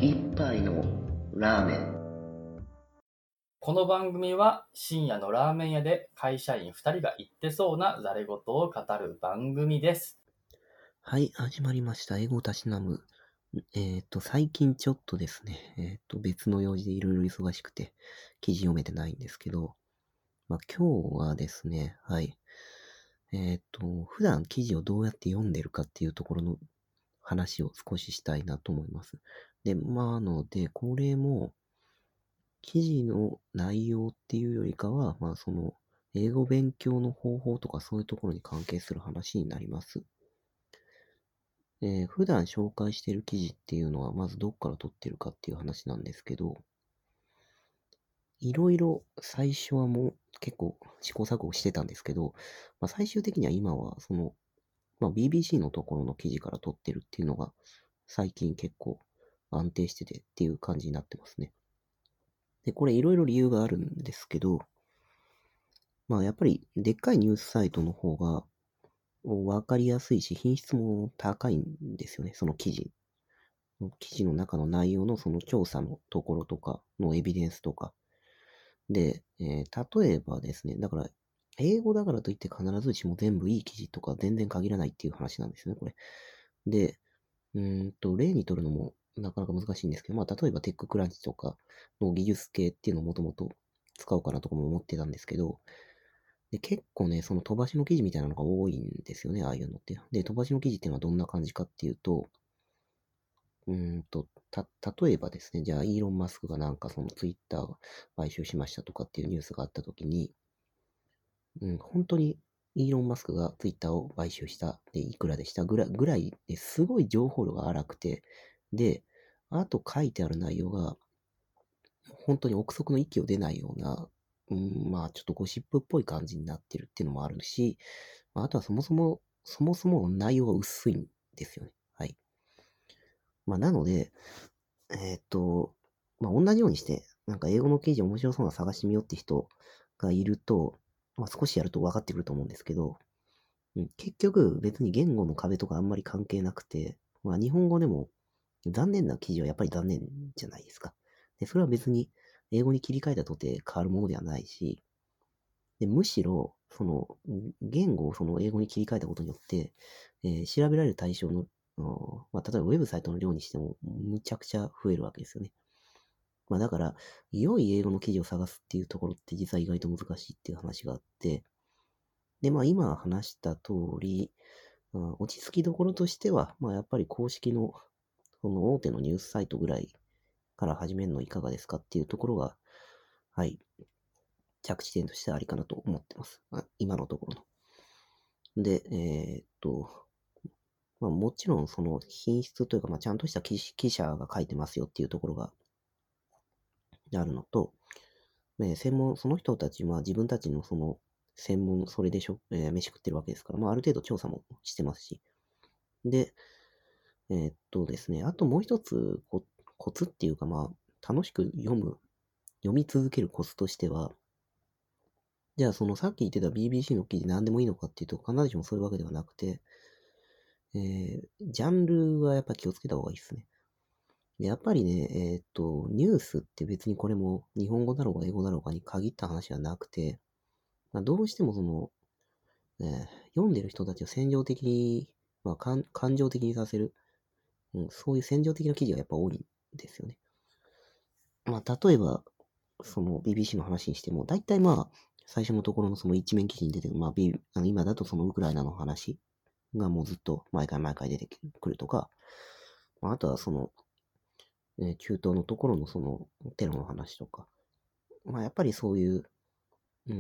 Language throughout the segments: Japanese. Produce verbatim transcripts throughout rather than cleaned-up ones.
一杯のラーメン。 この番組は深夜のラーメン屋で会社員ふたりが言ってそうなざれ言を語る番組です。 はい、始まりました。英語をたしなむ。えっ、と、最近ちょっとですね、えっ、と、別の用事でいろいろ忙しくて、記事読めてないんですけど、まあ、今日はですね、はい、えっ、と、普段記事をどうやって読んでるかっていうところの話を少ししたいなと思います。で、まあ、ので、これも、記事の内容っていうよりかは、まあ、その、英語勉強の方法とかそういうところに関係する話になります。えー普段紹介している記事っていうのは、まずどっから取ってるかっていう話なんですけど、いろいろ最初はもう結構試行錯誤してたんですけど、まあ、最終的には今はその、まあ、ビービーシー のところの記事から取ってるっていうのが最近結構安定しててっていう感じになってますね。で、これいろいろ理由があるんですけど、まあやっぱりでっかいニュースサイトの方がわかりやすいし品質も高いんですよね、その記事。記事の中の内容のその調査のところとかのエビデンスとか。で、えー例えばですね、だから、英語だからといって必ずしも全部いい記事とか全然限らないっていう話なんですよね、これ。で、うーんと、例にとるのもなかなか難しいんですけど、まあ、例えばテッククランチとかの技術系っていうのをもともと使おうかなとかも思ってたんですけど、で、結構ね、その飛ばしの記事みたいなのが多いんですよね、ああいうのって。で、飛ばしの記事っていうのはどんな感じかっていうと、うーんと、た、例えばですね、じゃあ、イーロン・マスクがなんかそのツイッターを買収しましたとかっていうニュースがあったときに、うん、本当にイーロン・マスクがツイッターを買収したでいくらでしたぐらい、ぐらいですごい情報量が荒くて、で、あと書いてある内容が、本当に憶測の域を出ないような、うん、まあちょっとゴシップっぽい感じになってるっていうのもあるし、まあ、あとはそもそも、そもそも内容が薄いんですよね。はい。まあなので、えーっと、まあ、同じようにして、なんか英語の記事面白そうな探してみようって人がいると、まあ、少しやると分かってくると思うんですけど、うん、結局別に言語の壁とかあんまり関係なくて、まあ日本語でも残念な記事はやっぱり残念じゃないですか。で、それは別に英語に切り替えたとて変わるものではないし、で、むしろ、その、言語をその英語に切り替えたことによって、えー調べられる対象の、あのまあ、例えばウェブサイトの量にしても、むちゃくちゃ増えるわけですよね。まあだから、良い英語の記事を探すっていうところって実は意外と難しいっていう話があって、で、まあ今話した通り、まあ落ち着きどころとしては、まあやっぱり公式の、その大手のニュースサイトぐらいから始めるのいかがですかっていうところが、はい、着地点としてありかなと思ってます。まあ今のところの。で、えーっと、まあもちろんその品質というか、まあちゃんとした記記者が書いてますよっていうところがあるのと、ね、専門、その人たちは自分たちのその専門、それでしょ、えー飯食ってるわけですから、まあある程度調査もしてますし。で、えーっとですね、あともう一つココツっていうか、まあ楽しく読む、読み続けるコツとしては、じゃあそのさっき言ってた ビービーシー の記事何でもいいのかっていうと、必ずしもそういうわけではなくて、えージャンルはやっぱ気をつけた方がいいですね。でやっぱりね、えーっと、ニュースって別にこれも日本語だろうが英語だろうがに限った話じゃなくて、まあ、どうしてもその、えー読んでる人たちを戦場的に、まあ、感感情的にさせる、うん、そういう戦場的な記事がやっぱ多いんですよね。まあ、例えば、その ビービーシー の話にしても、大体まあ、最初のところのその一面記事に出てくる、まあ、B、あの今だとそのウクライナの話がもうずっと毎回毎回出てくるとか、まあ、あとはその、えー中東のところのそのテロの話とか、まあやっぱりそういう、うん、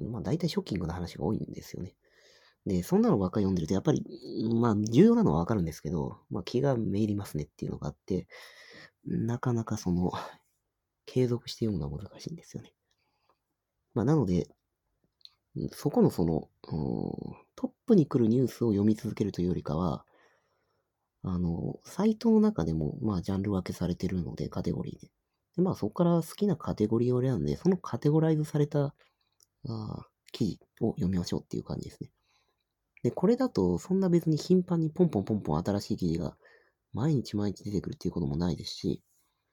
まあ大体ショッキングな話が多いんですよね。で、そんなのばっかり読んでると、やっぱり、まあ重要なのはわかるんですけど、まあ気がめいりますねっていうのがあって、なかなかその、継続して読むのは難しいんですよね。まあなので、そこのその、うんトップに来るニュースを読み続けるというよりかは、あの、サイトの中でも、まあ、ジャンル分けされてるので、カテゴリーで。で、まあ、そこから好きなカテゴリーを選んで、そのカテゴライズされた、あー記事を読みましょうっていう感じですね。で、これだと、そんな別に頻繁にポンポンポンポン新しい記事が毎日毎日出てくるっていうこともないですし、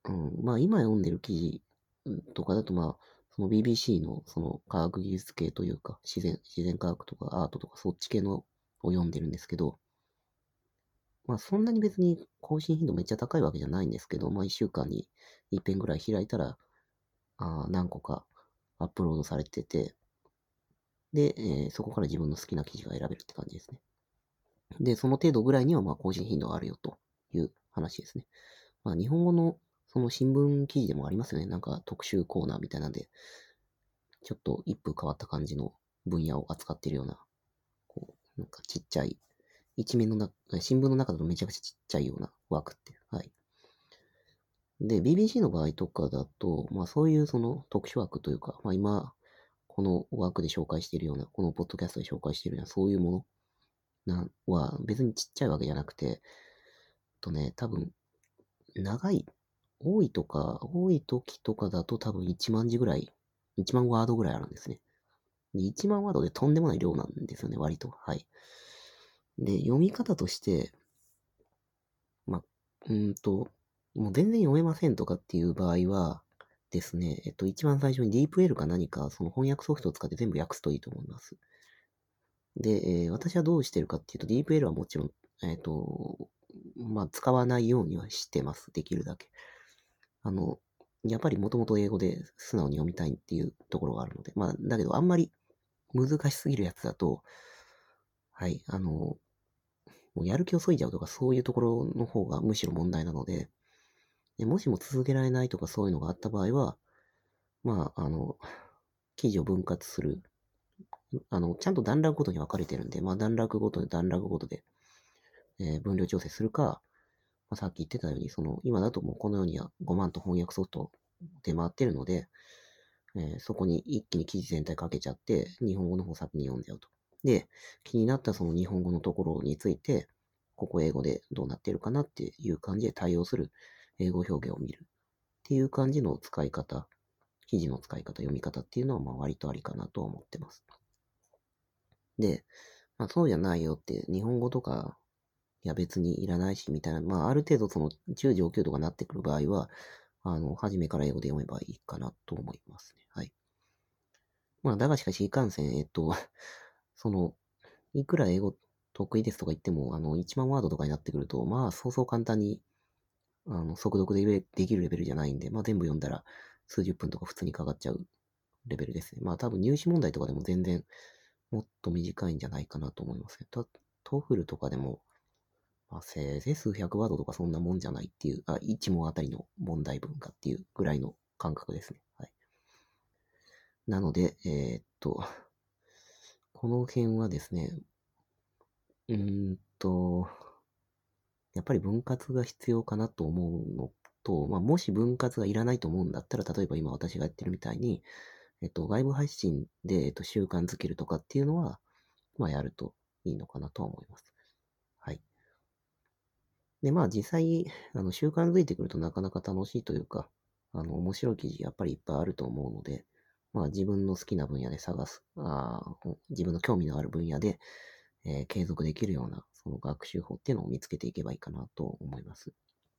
うん、まあ今読んでる記事とかだとまあ、その ビービーシー のその科学技術系というか、自然、自然科学とかアートとかそっち系のを読んでるんですけど、まあそんなに別に更新頻度めっちゃ高いわけじゃないんですけど、まあいっしゅうかんにいっぺんぐらい開いたら、あ何個かアップロードされてて、で、えーそこから自分の好きな記事が選べるって感じですね。で、その程度ぐらいにはまあ更新頻度があるよという話ですね。まあ日本語のその新聞記事でもありますよね。なんか特集コーナーみたいなんで、ちょっと一風変わった感じの分野を扱っているような、こう、なんかちっちゃい、一面のな、新聞の中だとめちゃくちゃちっちゃいような枠って。はい。で、ビービーシー の場合とかだと、まあそういうその特殊枠というか、まあ今、この枠で紹介しているような、このポッドキャストで紹介しているような、そういうものなは別にちっちゃいわけじゃなくて、とね、多分、長い、多いとか、多い時とかだと多分いちまん字ぐらい、いちまんワードぐらいあるんですね。でいちまんワードでとんでもない量なんですよね、割と。はい。で、読み方として、ま、うーんと、もう全然読めませんとかっていう場合はですね、えっと、一番最初に ディープエル か何か、その翻訳ソフトを使って全部訳すといいと思います。で、えー私はどうしてるかっていうと、ディープエル はもちろん、えっと、まあ、使わないようにはしてます。できるだけ。あの、やっぱりもともと英語で素直に読みたいっていうところがあるので、まあ、だけどあんまり難しすぎるやつだと、はい、あの、もうやる気を削いじゃうとかそういうところの方がむしろ問題なので、でもしも続けられないとかそういうのがあった場合は、まあ、あの、記事を分割する。あの、ちゃんと段落ごとに分かれてるんで、まあ、段落ごとで段落ごとで、えー分量調整するか、まあ、さっき言ってたように、その、今だともうこのようにはごまんと翻訳ソフトで回ってるので、えーそこに一気に記事全体かけちゃって、日本語の方先に読んじゃうと。で、気になったその日本語のところについて、ここ英語でどうなってるかなっていう感じで対応する英語表現を見るっていう感じの使い方、記事の使い方、読み方っていうのはまあ割とありかなとは思ってます。で、まあ、そうじゃないよって、日本語とか、いや別にいらないし、みたいな、まあある程度その中上級度がなってくる場合は、あの、初めから英語で読めばいいかなと思いますね。はい。まあ、だがしかし、いかんせん、えっと、その、いくら英語得意ですとか言っても、あの、いちまんワードとかになってくると、まあ、そうそう簡単に、あの、速読でできるレベルじゃないんで、まあ、全部読んだら、数十分とか普通にかかっちゃうレベルですね。まあ、多分入試問題とかでも全然、もっと短いんじゃないかなと思いますね。トトフルとかでも、まあ、せいぜい数百ワードとかそんなもんじゃないっていう、あ、いち問あたりの問題文化っていうぐらいの感覚ですね。はい。なので、えーっと、この辺はですね、うーんと、やっぱり分割が必要かなと思うのと、まあ、もし分割がいらないと思うんだったら、例えば今私がやってるみたいに、えっと、外部配信で、えっと、習慣づけるとかっていうのは、まあ、やるといいのかなとは思います。はい。で、まあ、実際、あの、習慣づいてくるとなかなか楽しいというか、あの、面白い記事やっぱりいっぱいあると思うので、まあ、自分の好きな分野で探す、あ自分の興味のある分野で、えー継続できるような、その学習法っていうのを見つけていけばいいかなと思います。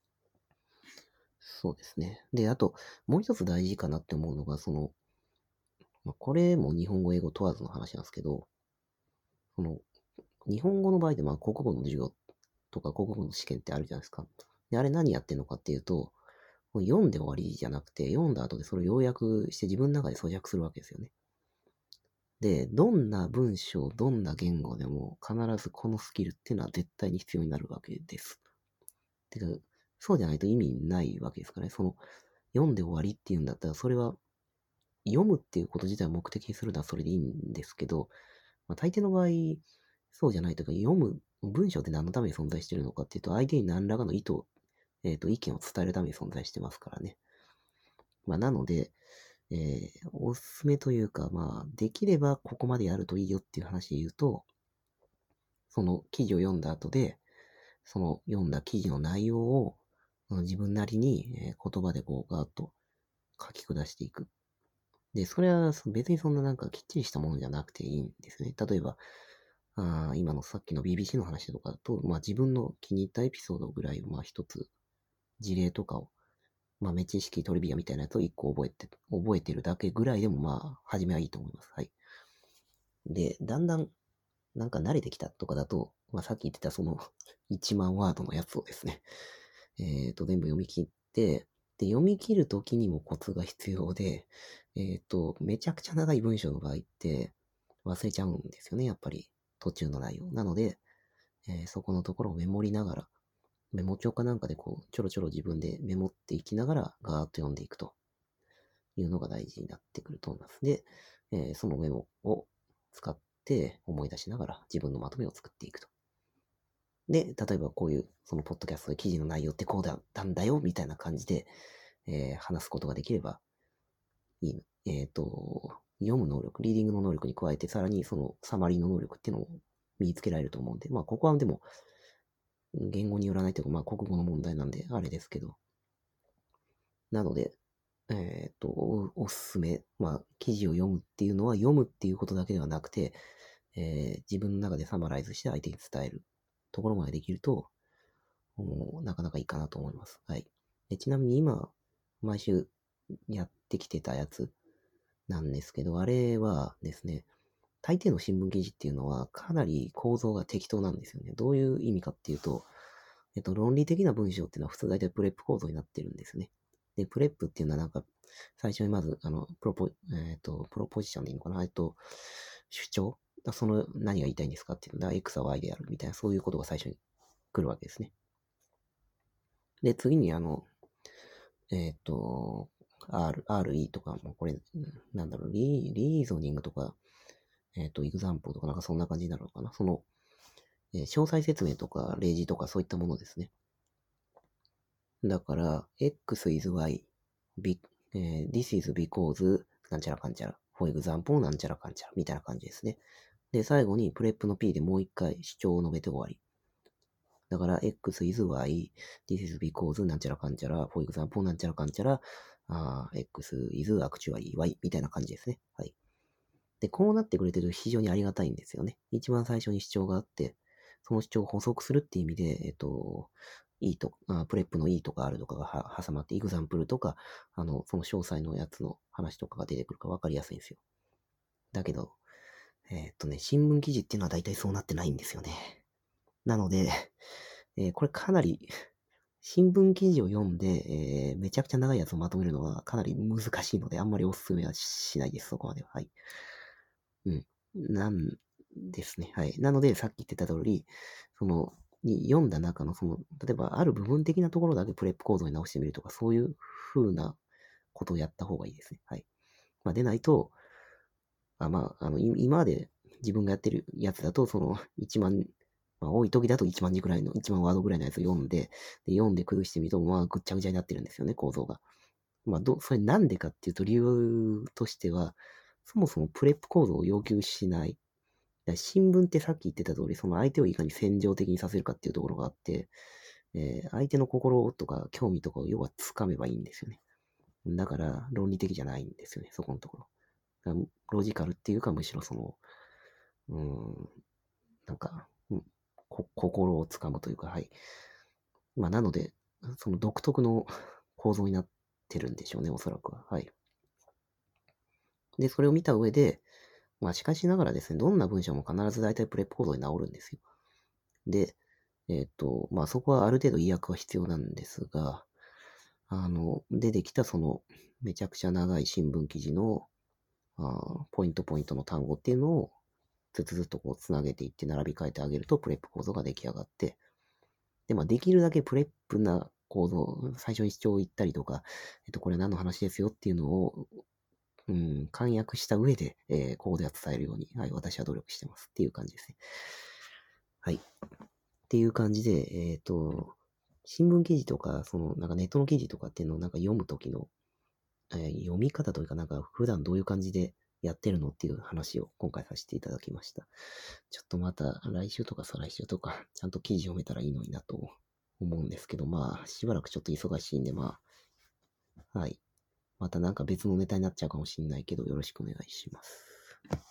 そうですね。で、あと、もう一つ大事かなって思うのが、その、まあ、これも日本語、英語問わずの話なんですけど、その、日本語の場合で、まあ、国語の授業とか国語の試験ってあるじゃないですか。で、あれ何やってんのかっていうと、もう読んで終わりじゃなくて、読んだ後でそれを要約して自分の中で咀嚼するわけですよね。で、どんな文章、どんな言語でも必ずこのスキルっていうのは絶対に必要になるわけです。てか、そうじゃないと意味ないわけですからね。その、読んで終わりっていうんだったら、それは読むっていうこと自体を目的にするのはそれでいいんですけど、まあ、大抵の場合、そうじゃないというか、読む文章って何のために存在しているのかっていうと、相手に何らかの意図、えっと、意見を伝えるために存在してますからね。まあ、なので、えーおすすめというか、まあ、できればここまでやるといいよっていう話で言うと、その記事を読んだ後で、その読んだ記事の内容を自分なりにえー言葉でこうガーッと書き下していく。で、それは別にそんななんかきっちりしたものじゃなくていいんですね。例えば、あ今のさっきの ビービーシー の話とかだと、まあ自分の気に入ったエピソードぐらいをまあ一つ事例とかを豆知識トリビアみたいなやつをいっこ覚えて、覚えてるだけぐらいでもまあ、初めはいいと思います。はい。で、だんだん、なんか慣れてきたとかだと、まあさっき言ってたそのいちまんワードのやつをですね、えっと、全部読み切って、で、読み切るときにもコツが必要で、えっと、めちゃくちゃ長い文章の場合って忘れちゃうんですよね、やっぱり途中の内容。なので、えーそこのところをメモりながら、メモ帳かなんかでこう、ちょろちょろ自分でメモっていきながら、ガーッと読んでいくというのが大事になってくると思います。で、えーそのメモを使って思い出しながら自分のまとめを作っていくと。で、例えばこういう、そのポッドキャストで記事の内容ってこうだったんだよ、みたいな感じで、えー話すことができればいい。えっ、と、読む能力、リーディングの能力に加えて、さらにそのサマリーの能力っていうのを身につけられると思うんで、まあ、ここはでも、言語によらないというか、まあ、国語の問題なんで、あれですけど。なので、えっ、と、おおすすめ、まあ、記事を読むっていうのは、読むっていうことだけではなくて、えー自分の中でサマライズして相手に伝えるところまでできると、もうなかなかいいかなと思います。はい。でちなみに今、毎週やってきてたやつなんですけど、あれはですね、大抵の新聞記事っていうのはかなり構造が適当なんですよね。どういう意味かっていうと、えっと、論理的な文章っていうのは普通大体プレップ構造になってるんですね。で、プレップっていうのはなんか、最初にまず、あの、プロポ、えっと、プロポジションでいいのかなえっと、主張その何が言いたいんですかっていうのは、X は Y であるみたいな、そういうことが最初に来るわけですね。で、次にあの、えっと、R、アールイー とかも、これ、なんだろう、リー、リーゾニングとか、えっと、エグザンプルとかなんかそんな感じになるのかな。その、えー詳細説明とか例示とかそういったものですね。だから、X is Y, be, えー this is because なんちゃらかんちゃら、for example なんちゃらかんちゃらみたいな感じですね。で、最後にプレップの P でもう一回主張を述べて終わり。だから、X is Y, this is because なんちゃらかんちゃら、for example なんちゃらかんちゃら、あ X is actually Y みたいな感じですね。はい。で、こうなってくれてると非常にありがたいんですよね。一番最初に主張があって、その主張を補足するっていう意味で、えっと、E とあ、プレップの E とか R とかがは挟まって、イグザンプルとか、あの、その詳細のやつの話とかが出てくるか分かりやすいんですよ。だけど、えっとね、新聞記事っていうのは大体そうなってないんですよね。なので、えーこれかなり、新聞記事を読んで、えーめちゃくちゃ長いやつをまとめるのはかなり難しいので、あんまりお勧めはしないです、そこまでは。はい。うん。なんですね。はい。なので、さっき言ってた通り、その、に読んだ中の、その、例えば、ある部分的なところだけプレップ構造に直してみるとか、そういう風なことをやった方がいいですね。はい。まあ、でないと、あまあ、あの、い今まで自分がやってるやつだと、その、いちまん、まあ、多い時だといちまん字くらいの、いちまんワードぐらいのやつを読んで、で読んで崩してみると、まあ、ぐっちゃぐちゃになってるんですよね、構造が。まあ、ど、それなんでかっていうと、理由としては、そもそもプレップ構造を要求しない。新聞ってさっき言ってた通り、その相手をいかに戦場的にさせるかっていうところがあって、えー相手の心とか興味とかを要はつかめばいいんですよね。だから、論理的じゃないんですよね、そこのところ。だからロジカルっていうか、むしろその、うーん、なんか、うんこ心をつかむというか、はい。まあ、なので、その独特の構造になってるんでしょうね、おそらくは。はい。で、それを見た上で、まあ、しかしながらですね、どんな文章も必ず大体プレップ構造に治るんですよ。で、えっと、まあ、そこはある程度意訳は必要なんですが、あの、出てきたその、めちゃくちゃ長い新聞記事の、あポイントポイントの単語っていうのを、ずつずっとこう、つなげていって並び替えてあげると、プレップ構造が出来上がって、で、まあ、できるだけプレップな構造、最初に主張を言ったりとか、えっと、これ何の話ですよっていうのを、うん、簡約した上で、えー、ここでは伝えるように、はい、私は努力してますっていう感じですね。はい。っていう感じで、えっと、新聞記事とか、その、なんかネットの記事とかっていうのをなんか読むときの、えー読み方というか、なんか普段どういう感じでやってるのっていう話を今回させていただきました。ちょっとまた来週とか再来週とか、ちゃんと記事読めたらいいのになと思うんですけど、まあ、しばらくちょっと忙しいんで、まあ、はい。またなんか別のネタになっちゃうかもしれないけど、よろしくお願いします。